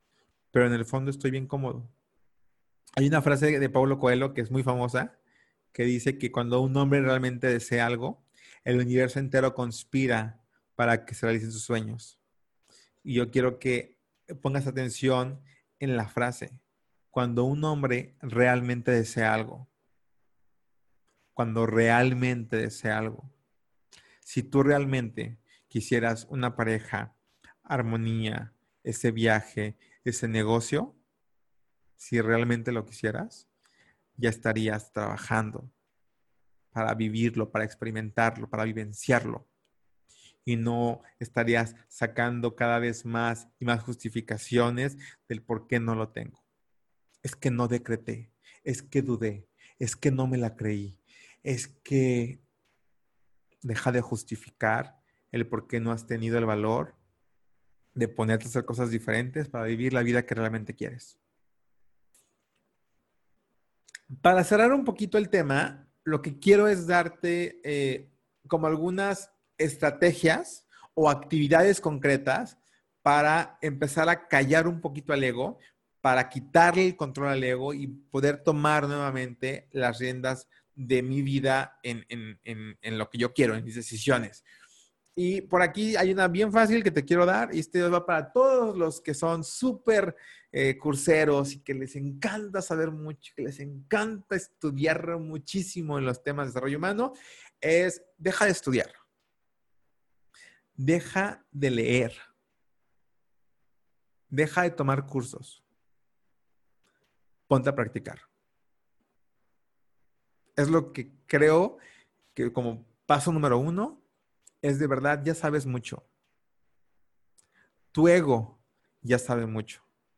Pero en el fondo estoy bien cómodo. Hay una frase de Paulo Coelho que es muy famosa que dice que cuando un hombre realmente desea algo, el universo entero conspira para que se realicen sus sueños. Y yo quiero que pongas atención en la frase. Cuando un hombre realmente desea algo. Cuando realmente desea algo. Si tú realmente quisieras una pareja, armonía, ese viaje, ese negocio, si realmente lo quisieras, ya estarías trabajando para vivirlo, para experimentarlo, para vivenciarlo. Y no estarías sacando cada vez más y más justificaciones del por qué no lo tengo. Es que no decreté, es que dudé, es que no me la creí, es que deja de justificar el por qué no has tenido el valor de ponerte a hacer cosas diferentes para vivir la vida que realmente quieres. Para cerrar un poquito el tema, lo que quiero es darte eh, como algunas estrategias o actividades concretas para empezar a callar un poquito al ego, para quitarle el control al ego y poder tomar nuevamente las riendas de mi vida en, en, en, en lo que yo quiero, en mis decisiones. Y por aquí hay una bien fácil que te quiero dar, y este va para todos los que son súper eh, curseros y que les encanta saber mucho, que les encanta estudiar muchísimo en los temas de desarrollo humano, es deja de estudiar. Deja de leer. Deja de tomar cursos. Ponte a practicar. Es lo que creo que como paso número uno es de verdad, ya sabes mucho. Tu ego ya sabe mucho.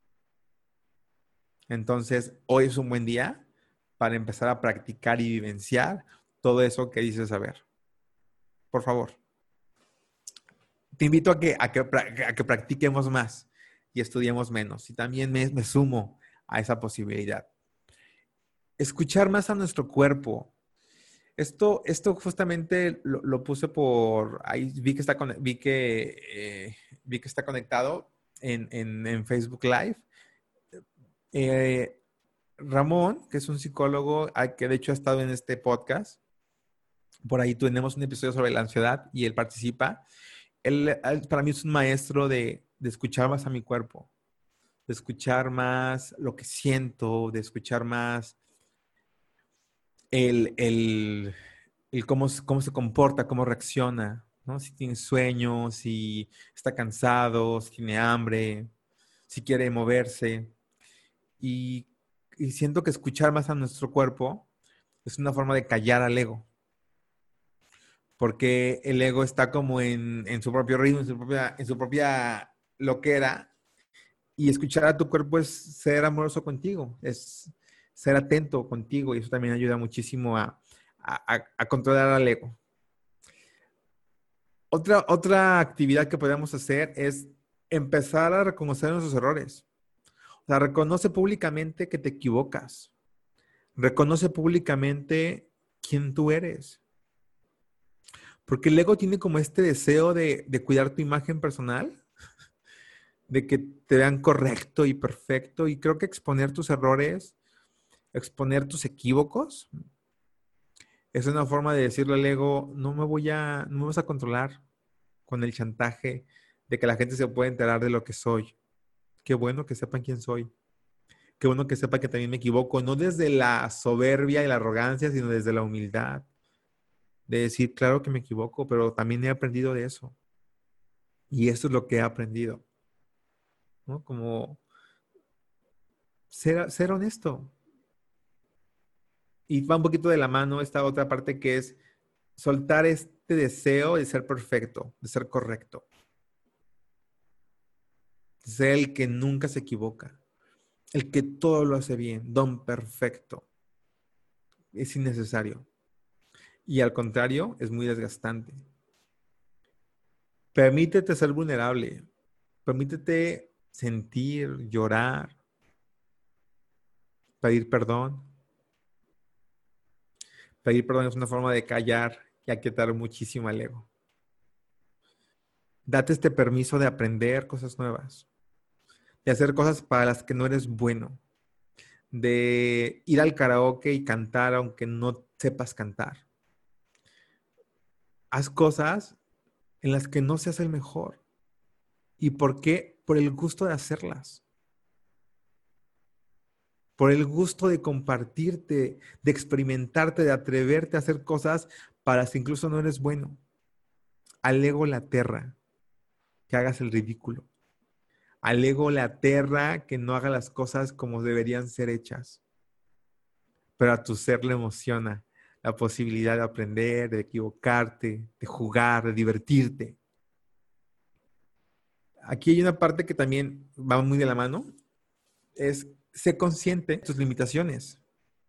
Entonces, hoy es un buen día para empezar a practicar y vivenciar todo eso que dices saber. Por favor. Te invito a que, a que, a que practiquemos más y estudiemos menos. Y también me, me sumo a esa posibilidad. Escuchar más a nuestro cuerpo. Esto, esto justamente lo, lo puse por, ahí vi que está, vi que, eh, vi que está conectado en, en, en Facebook Live. Eh, Ramón, que es un psicólogo que de hecho ha estado en este podcast, por ahí tenemos un episodio sobre la ansiedad y él participa. Él, él para mí es un maestro de, de escuchar más a mi cuerpo, de escuchar más lo que siento, de escuchar más el, el, el cómo, cómo se comporta, cómo reacciona, ¿no? Si tiene sueño, si está cansado, si tiene hambre, si quiere moverse. Y, y siento que escuchar más a nuestro cuerpo es una forma de callar al ego. Porque el ego está como en, en su propio ritmo, en su propia, en su propia loquera. Y escuchar a tu cuerpo es ser amoroso contigo, es ser atento contigo. Y eso también ayuda muchísimo a, a, a controlar al ego. Otra, otra actividad que podemos hacer es empezar a reconocer nuestros errores. O sea, reconoce públicamente que te equivocas. Reconoce públicamente quién tú eres. Porque el ego tiene como este deseo de, de cuidar tu imagen personal, de que te vean correcto y perfecto. Y creo que exponer tus errores, exponer tus equívocos, es una forma de decirle al ego, no me voy a, no me vas a controlar con el chantaje de que la gente se puede enterar de lo que soy. Qué bueno que sepan quién soy. Qué bueno que sepan que también me equivoco, no desde la soberbia y la arrogancia, sino desde la humildad. De decir, claro que me equivoco, pero también he aprendido de eso. Y eso es lo que he aprendido, ¿no? Como ser, ser honesto. Y va un poquito de la mano esta otra parte que es soltar este deseo de ser perfecto, de ser correcto. De ser el que nunca se equivoca. El que todo lo hace bien, don perfecto. Es innecesario. Y al contrario, es muy desgastante. Permítete ser vulnerable. Permítete sentir, llorar, pedir perdón. Pedir perdón es una forma de callar y aquietar muchísimo al ego. Date este permiso de aprender cosas nuevas, de hacer cosas para las que no eres bueno, de ir al karaoke y cantar aunque no sepas cantar. Haz cosas en las que no seas el mejor. ¿Y por qué? Por el gusto de hacerlas. Por el gusto de compartirte, de experimentarte, de atreverte a hacer cosas para si incluso no eres bueno. Al ego le aterra que hagas el ridículo. Al ego le aterra que no haga las cosas como deberían ser hechas. Pero a tu ser le emociona la posibilidad de aprender, de equivocarte, de jugar, de divertirte. Aquí hay una parte que también va muy de la mano. Es ser consciente de tus limitaciones.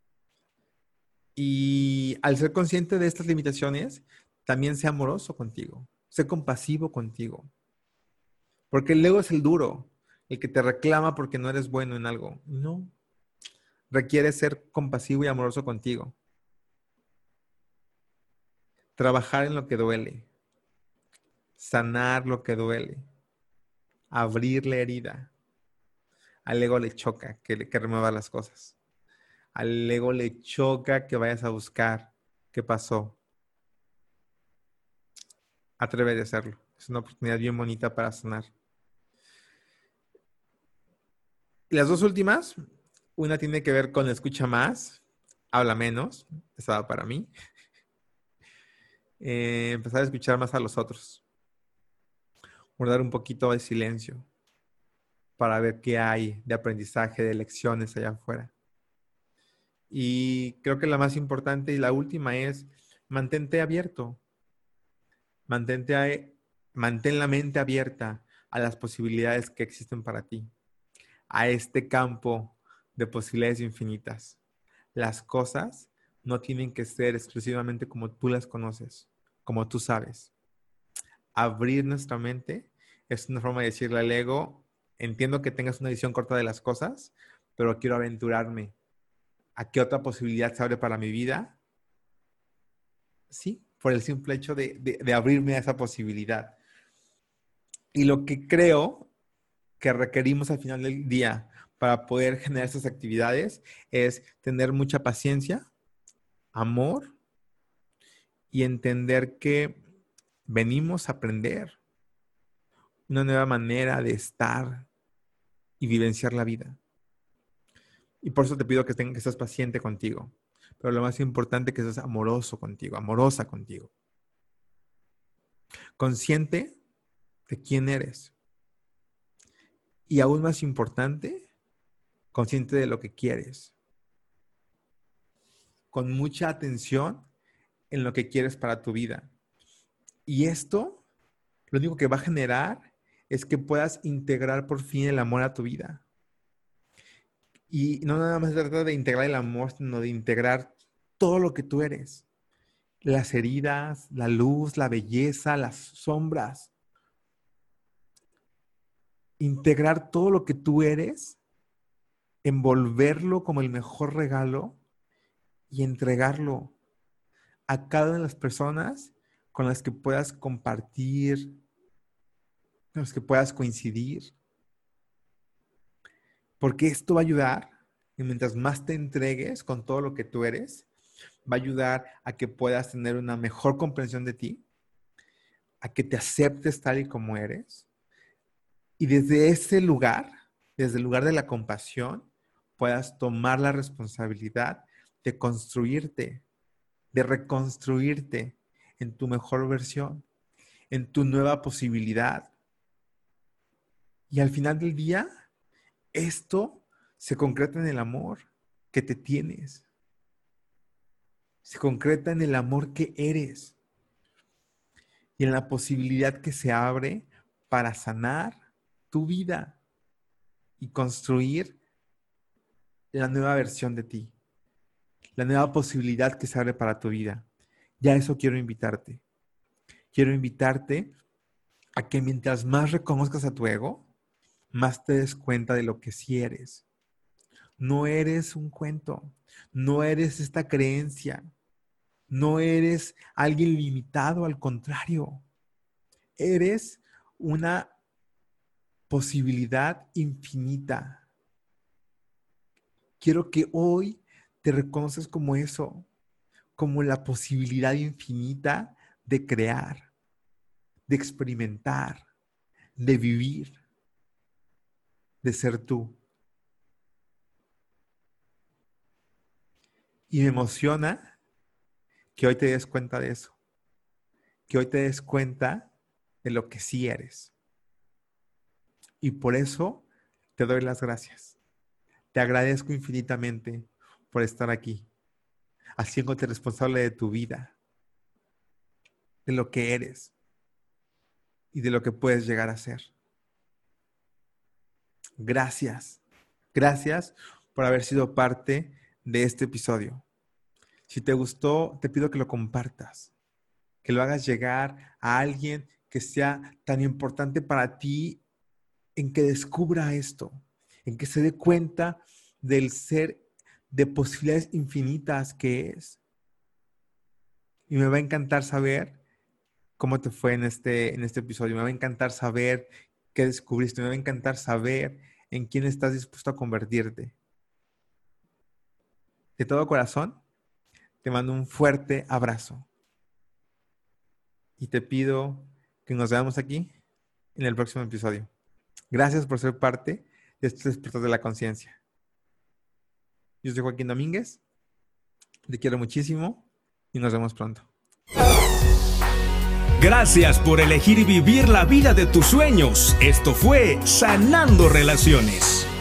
Y al ser consciente de estas limitaciones, también sé amoroso contigo. Sé compasivo contigo. Porque el ego es el duro, el que te reclama porque no eres bueno en algo. No. Requiere ser compasivo y amoroso contigo. Trabajar en lo que duele. Sanar lo que duele. Abrir la herida. Al ego le choca que, que remueva las cosas. Al ego le choca que vayas a buscar qué pasó. Atrévete a hacerlo. Es una oportunidad bien bonita para sanar. Y las dos últimas, una tiene que ver con escucha más, habla menos. Esa va para mí. Eh, empezar a escuchar más a los otros. Guardar un poquito de silencio para ver qué hay de aprendizaje, de lecciones allá afuera. Y creo que la más importante y la última es mantente abierto. Mantente a, mantén la mente abierta a las posibilidades que existen para ti. A este campo de posibilidades infinitas. Las cosas no tienen que ser exclusivamente como tú las conoces, como tú sabes. Abrir nuestra mente es una forma de decirle al ego, entiendo que tengas una visión corta de las cosas, pero quiero aventurarme. ¿A qué otra posibilidad se abre para mi vida? Sí, por el simple hecho de, de, de abrirme a esa posibilidad. Y lo que creo que requerimos al final del día para poder generar estas actividades es tener mucha paciencia, amor y entender que venimos a aprender una nueva manera de estar y vivenciar la vida. Y por eso te pido que, tengas, que seas paciente contigo. Pero lo más importante es que seas amoroso contigo, amorosa contigo. Consciente de quién eres. Y aún más importante, consciente de lo que quieres. Con mucha atención en lo que quieres para tu vida. Y esto, lo único que va a generar es que puedas integrar por fin el amor a tu vida. Y no nada más se trata de integrar el amor, sino de integrar todo lo que tú eres. Las heridas, la luz, la belleza, las sombras. Integrar todo lo que tú eres, envolverlo como el mejor regalo y entregarlo a cada una de las personas con las que puedas compartir, con las que puedas coincidir. Porque esto va a ayudar, y mientras más te entregues con todo lo que tú eres, va a ayudar a que puedas tener una mejor comprensión de ti, a que te aceptes tal y como eres. Y desde ese lugar, desde el lugar de la compasión, puedas tomar la responsabilidad de construirte, de reconstruirte en tu mejor versión, en tu nueva posibilidad. Y al final del día, esto se concreta en el amor que te tienes. Se concreta en el amor que eres. Y en la posibilidad que se abre para sanar tu vida y construir la nueva versión de ti. La nueva posibilidad que se abre para tu vida. Ya eso quiero invitarte. Quiero invitarte a que mientras más reconozcas a tu ego, más te des cuenta de lo que sí eres. No eres un cuento. No eres esta creencia. No eres alguien limitado, al contrario. Eres una posibilidad infinita. Quiero que hoy te reconozcas como eso, como la posibilidad infinita de crear, de experimentar, de vivir, de ser tú. Y me emociona que hoy te des cuenta de eso, que hoy te des cuenta de lo que sí eres. Y por eso te doy las gracias. Te agradezco infinitamente por estar aquí, haciéndote responsable de tu vida, de lo que eres y de lo que puedes llegar a ser. Gracias. Gracias por haber sido parte de este episodio. Si te gustó, te pido que lo compartas, que lo hagas llegar a alguien que sea tan importante para ti, en que descubra esto, en que se dé cuenta del ser de posibilidades infinitas que es. Y me va a encantar saber cómo te fue en este, en este episodio. Me va a encantar saber qué descubriste. Me va a encantar saber en quién estás dispuesto a convertirte. De todo corazón, te mando un fuerte abrazo. Y te pido que nos veamos aquí en el próximo episodio. Gracias por ser parte de estos despertares de la conciencia. Yo soy Joaquín Domínguez. Te quiero muchísimo y nos vemos pronto. Gracias por elegir vivir la vida de tus sueños. Esto fue Sanando Relaciones.